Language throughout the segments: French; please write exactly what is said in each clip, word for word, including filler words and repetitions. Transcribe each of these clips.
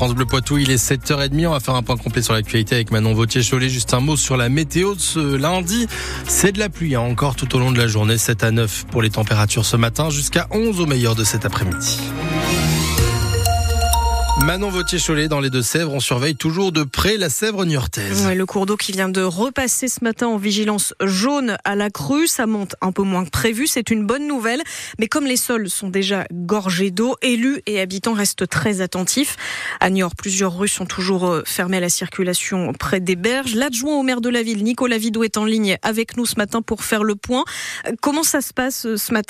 France Bleu Poitou, il est sept heures trente. On va faire un point complet sur l'actualité avec Manon Vautier-Cholet. Juste un mot sur la météo de ce lundi. C'est de la pluie, hein, encore tout au long de la journée. sept à neuf pour les températures ce matin, jusqu'à onze au meilleur de cet après-midi. Manon Vautier-Cholet dans les Deux-Sèvres, on surveille toujours de près la Sèvre niortaise. Ouais, le cours d'eau qui vient de repasser ce matin en vigilance jaune à la crue, ça monte un peu moins que prévu, c'est une bonne nouvelle. Mais comme les sols sont déjà gorgés d'eau, élus et habitants restent très attentifs. À Niort, plusieurs rues sont toujours fermées à la circulation près des berges. L'adjoint au maire de la ville, Nicolas Vidot, est en ligne avec nous ce matin pour faire le point. Comment ça se passe ce matin ?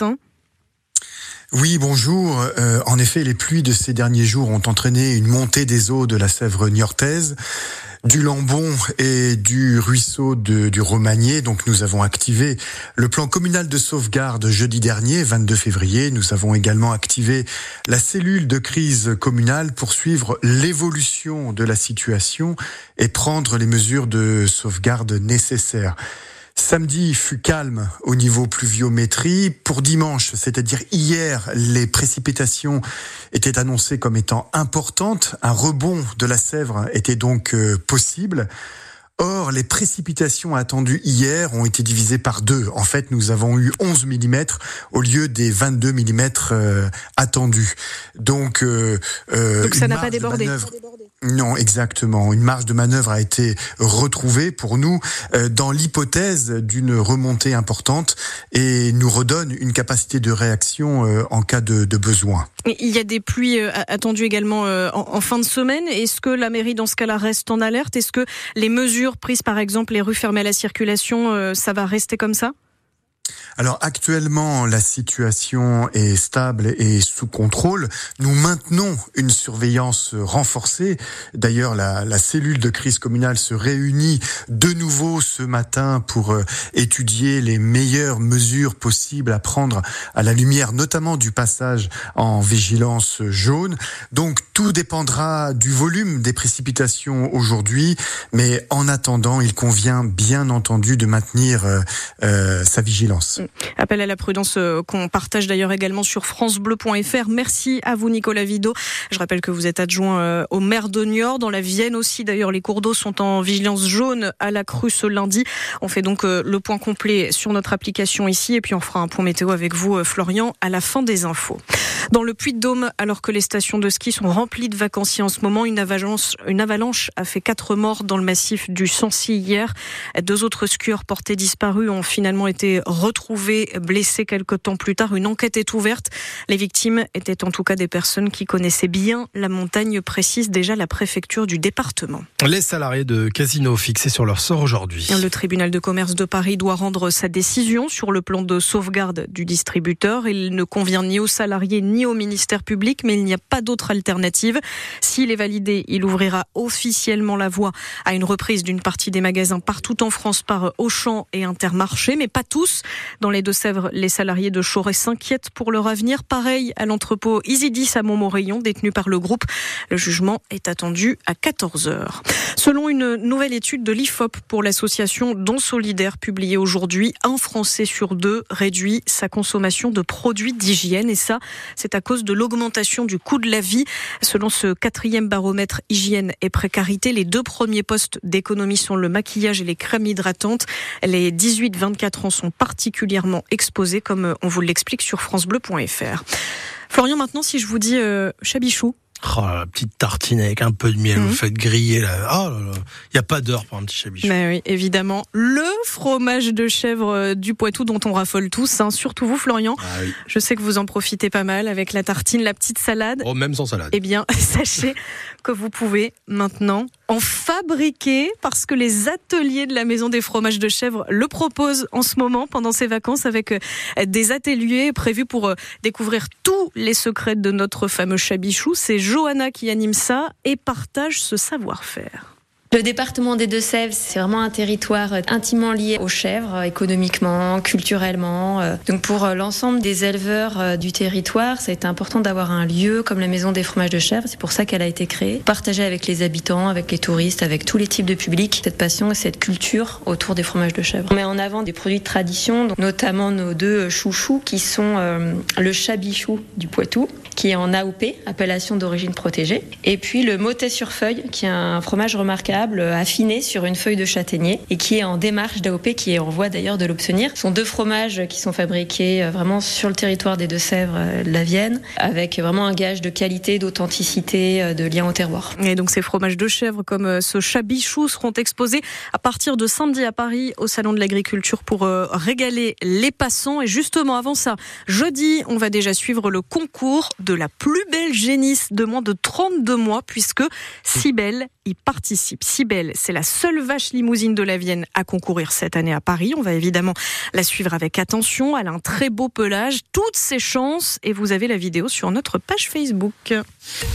Oui, bonjour. Euh, en effet, les pluies de ces derniers jours ont entraîné une montée des eaux de la Sèvre niortaise, du Lambon et du ruisseau de, du Romagné. Donc nous avons activé le plan communal de sauvegarde jeudi dernier, vingt-deux février. Nous avons également activé la cellule de crise communale pour suivre l'évolution de la situation et prendre les mesures de sauvegarde nécessaires. Samedi fut calme au niveau pluviométrie. Pour dimanche, c'est-à-dire hier, les précipitations étaient annoncées comme étant importantes. Un rebond de la Sèvre était donc euh, possible. Or, les précipitations attendues hier ont été divisées par deux. En fait, nous avons eu onze millimètres au lieu des vingt-deux millimètres euh, attendus. Donc, euh, euh, donc ça n'a pas débordé. Non, exactement. Une marge de manœuvre a été retrouvée pour nous euh, dans l'hypothèse d'une remontée importante et nous redonne une capacité de réaction euh, en cas de, de besoin. Il y a des pluies euh, attendues également euh, en, en fin de semaine. Est-ce que la mairie, dans ce cas-là, reste en alerte ? Est-ce que les mesures prises, par exemple, les rues fermées à la circulation, euh, ça va rester comme ça ? Alors actuellement, la situation est stable et sous contrôle. Nous maintenons une surveillance renforcée. D'ailleurs, la, la cellule de crise communale se réunit de nouveau ce matin pour euh, étudier les meilleures mesures possibles à prendre à la lumière, notamment du passage en vigilance jaune. Donc tout dépendra du volume des précipitations aujourd'hui, mais en attendant, il convient bien entendu de maintenir euh, euh, sa vigilance. Appel à la prudence qu'on partage d'ailleurs également sur francebleu point f r. Merci à vous Nicolas Vidot. Je rappelle que vous êtes adjoint au maire de Niort. Dans la Vienne aussi d'ailleurs, les cours d'eau sont en vigilance jaune à la crue ce lundi. On fait donc le point complet sur notre application ici et puis on fera un point météo avec vous Florian à la fin des infos. Dans le Puy-de-Dôme, alors que les stations de ski sont remplies de vacanciers en ce moment, une avalanche, une avalanche a fait quatre morts dans le massif du Sancy hier. Deux autres skieurs portés disparus ont finalement été retrouvés blessés quelques temps plus tard. Une enquête est ouverte. Les victimes étaient en tout cas des personnes qui connaissaient bien la montagne, précise déjà la préfecture du département. Les salariés de Casino fixés sur leur sort aujourd'hui. Le tribunal de commerce de Paris doit rendre sa décision sur le plan de sauvegarde du distributeur. Il ne convient ni aux salariés ni au ministère public, mais il n'y a pas d'autre alternative. S'il est validé, il ouvrira officiellement la voie à une reprise d'une partie des magasins partout en France par Auchan et Intermarché, mais pas tous. Dans les Deux-Sèvres, les salariés de Choré s'inquiètent pour leur avenir. Pareil à l'entrepôt Isidis à Montmorillon, détenu par le groupe. Le jugement est attendu à quatorze heures. Selon une nouvelle étude de l'I F O P pour l'association Don Solidaire publiée aujourd'hui, un Français sur deux réduit sa consommation de produits d'hygiène. Et ça, c'est à cause de l'augmentation du coût de la vie. Selon ce quatrième baromètre hygiène et précarité, les deux premiers postes d'économie sont le maquillage et les crèmes hydratantes. Les dix-huit vingt-quatre ans sont particulièrement exposés, comme on vous l'explique sur francebleu point f r. Florian, maintenant, si je vous dis euh, chabichou. Oh, la petite tartine avec un peu de miel, mmh. Vous faites griller là. Oh là là, il y a pas d'heure pour un petit chabichou. Mais oui, évidemment, le fromage de chèvre du Poitou dont on raffole tous, hein, surtout vous Florian. Ah oui. Je sais que vous en profitez pas mal avec la tartine, la petite salade. Oh, même sans salade. Eh bien, sachez que vous pouvez maintenant en fabriquer parce que les ateliers de la Maison des fromages de chèvre le proposent en ce moment pendant ces vacances avec des ateliers prévus pour découvrir tous les secrets de notre fameux chabichou. C'est Johanna qui anime ça et partage ce savoir-faire. Le département des Deux-Sèvres, c'est vraiment un territoire intimement lié aux chèvres, économiquement, culturellement. Donc pour l'ensemble des éleveurs du territoire, ça a été important d'avoir un lieu comme la Maison des fromages de chèvre. C'est pour ça qu'elle a été créée. Partager avec les habitants, avec les touristes, avec tous les types de publics, cette passion et cette culture autour des fromages de chèvre. On met en avant des produits de tradition, donc notamment nos deux chouchous qui sont euh, le chabichou du Poitou qui est en A O P, appellation d'origine protégée. Et puis le Mottet sur feuille, qui est un fromage remarquable, affiné sur une feuille de châtaignier et qui est en démarche d'A O P, qui est en voie d'ailleurs de l'obtenir. Ce sont deux fromages qui sont fabriqués vraiment sur le territoire des Deux-Sèvres, de la Vienne, avec vraiment un gage de qualité, d'authenticité, de lien au terroir. Et donc ces fromages de chèvre comme ce chabichou seront exposés à partir de samedi à Paris au Salon de l'Agriculture pour régaler les passants. Et justement avant ça, jeudi, on va déjà suivre le concours de la plus belle génisse de moins de trente-deux mois puisque Cybèle y participe. Cybèle, c'est la seule vache limousine de la Vienne à concourir cette année à Paris. On va évidemment la suivre avec attention. Elle a un très beau pelage, toutes ses chances et vous avez la vidéo sur notre page Facebook.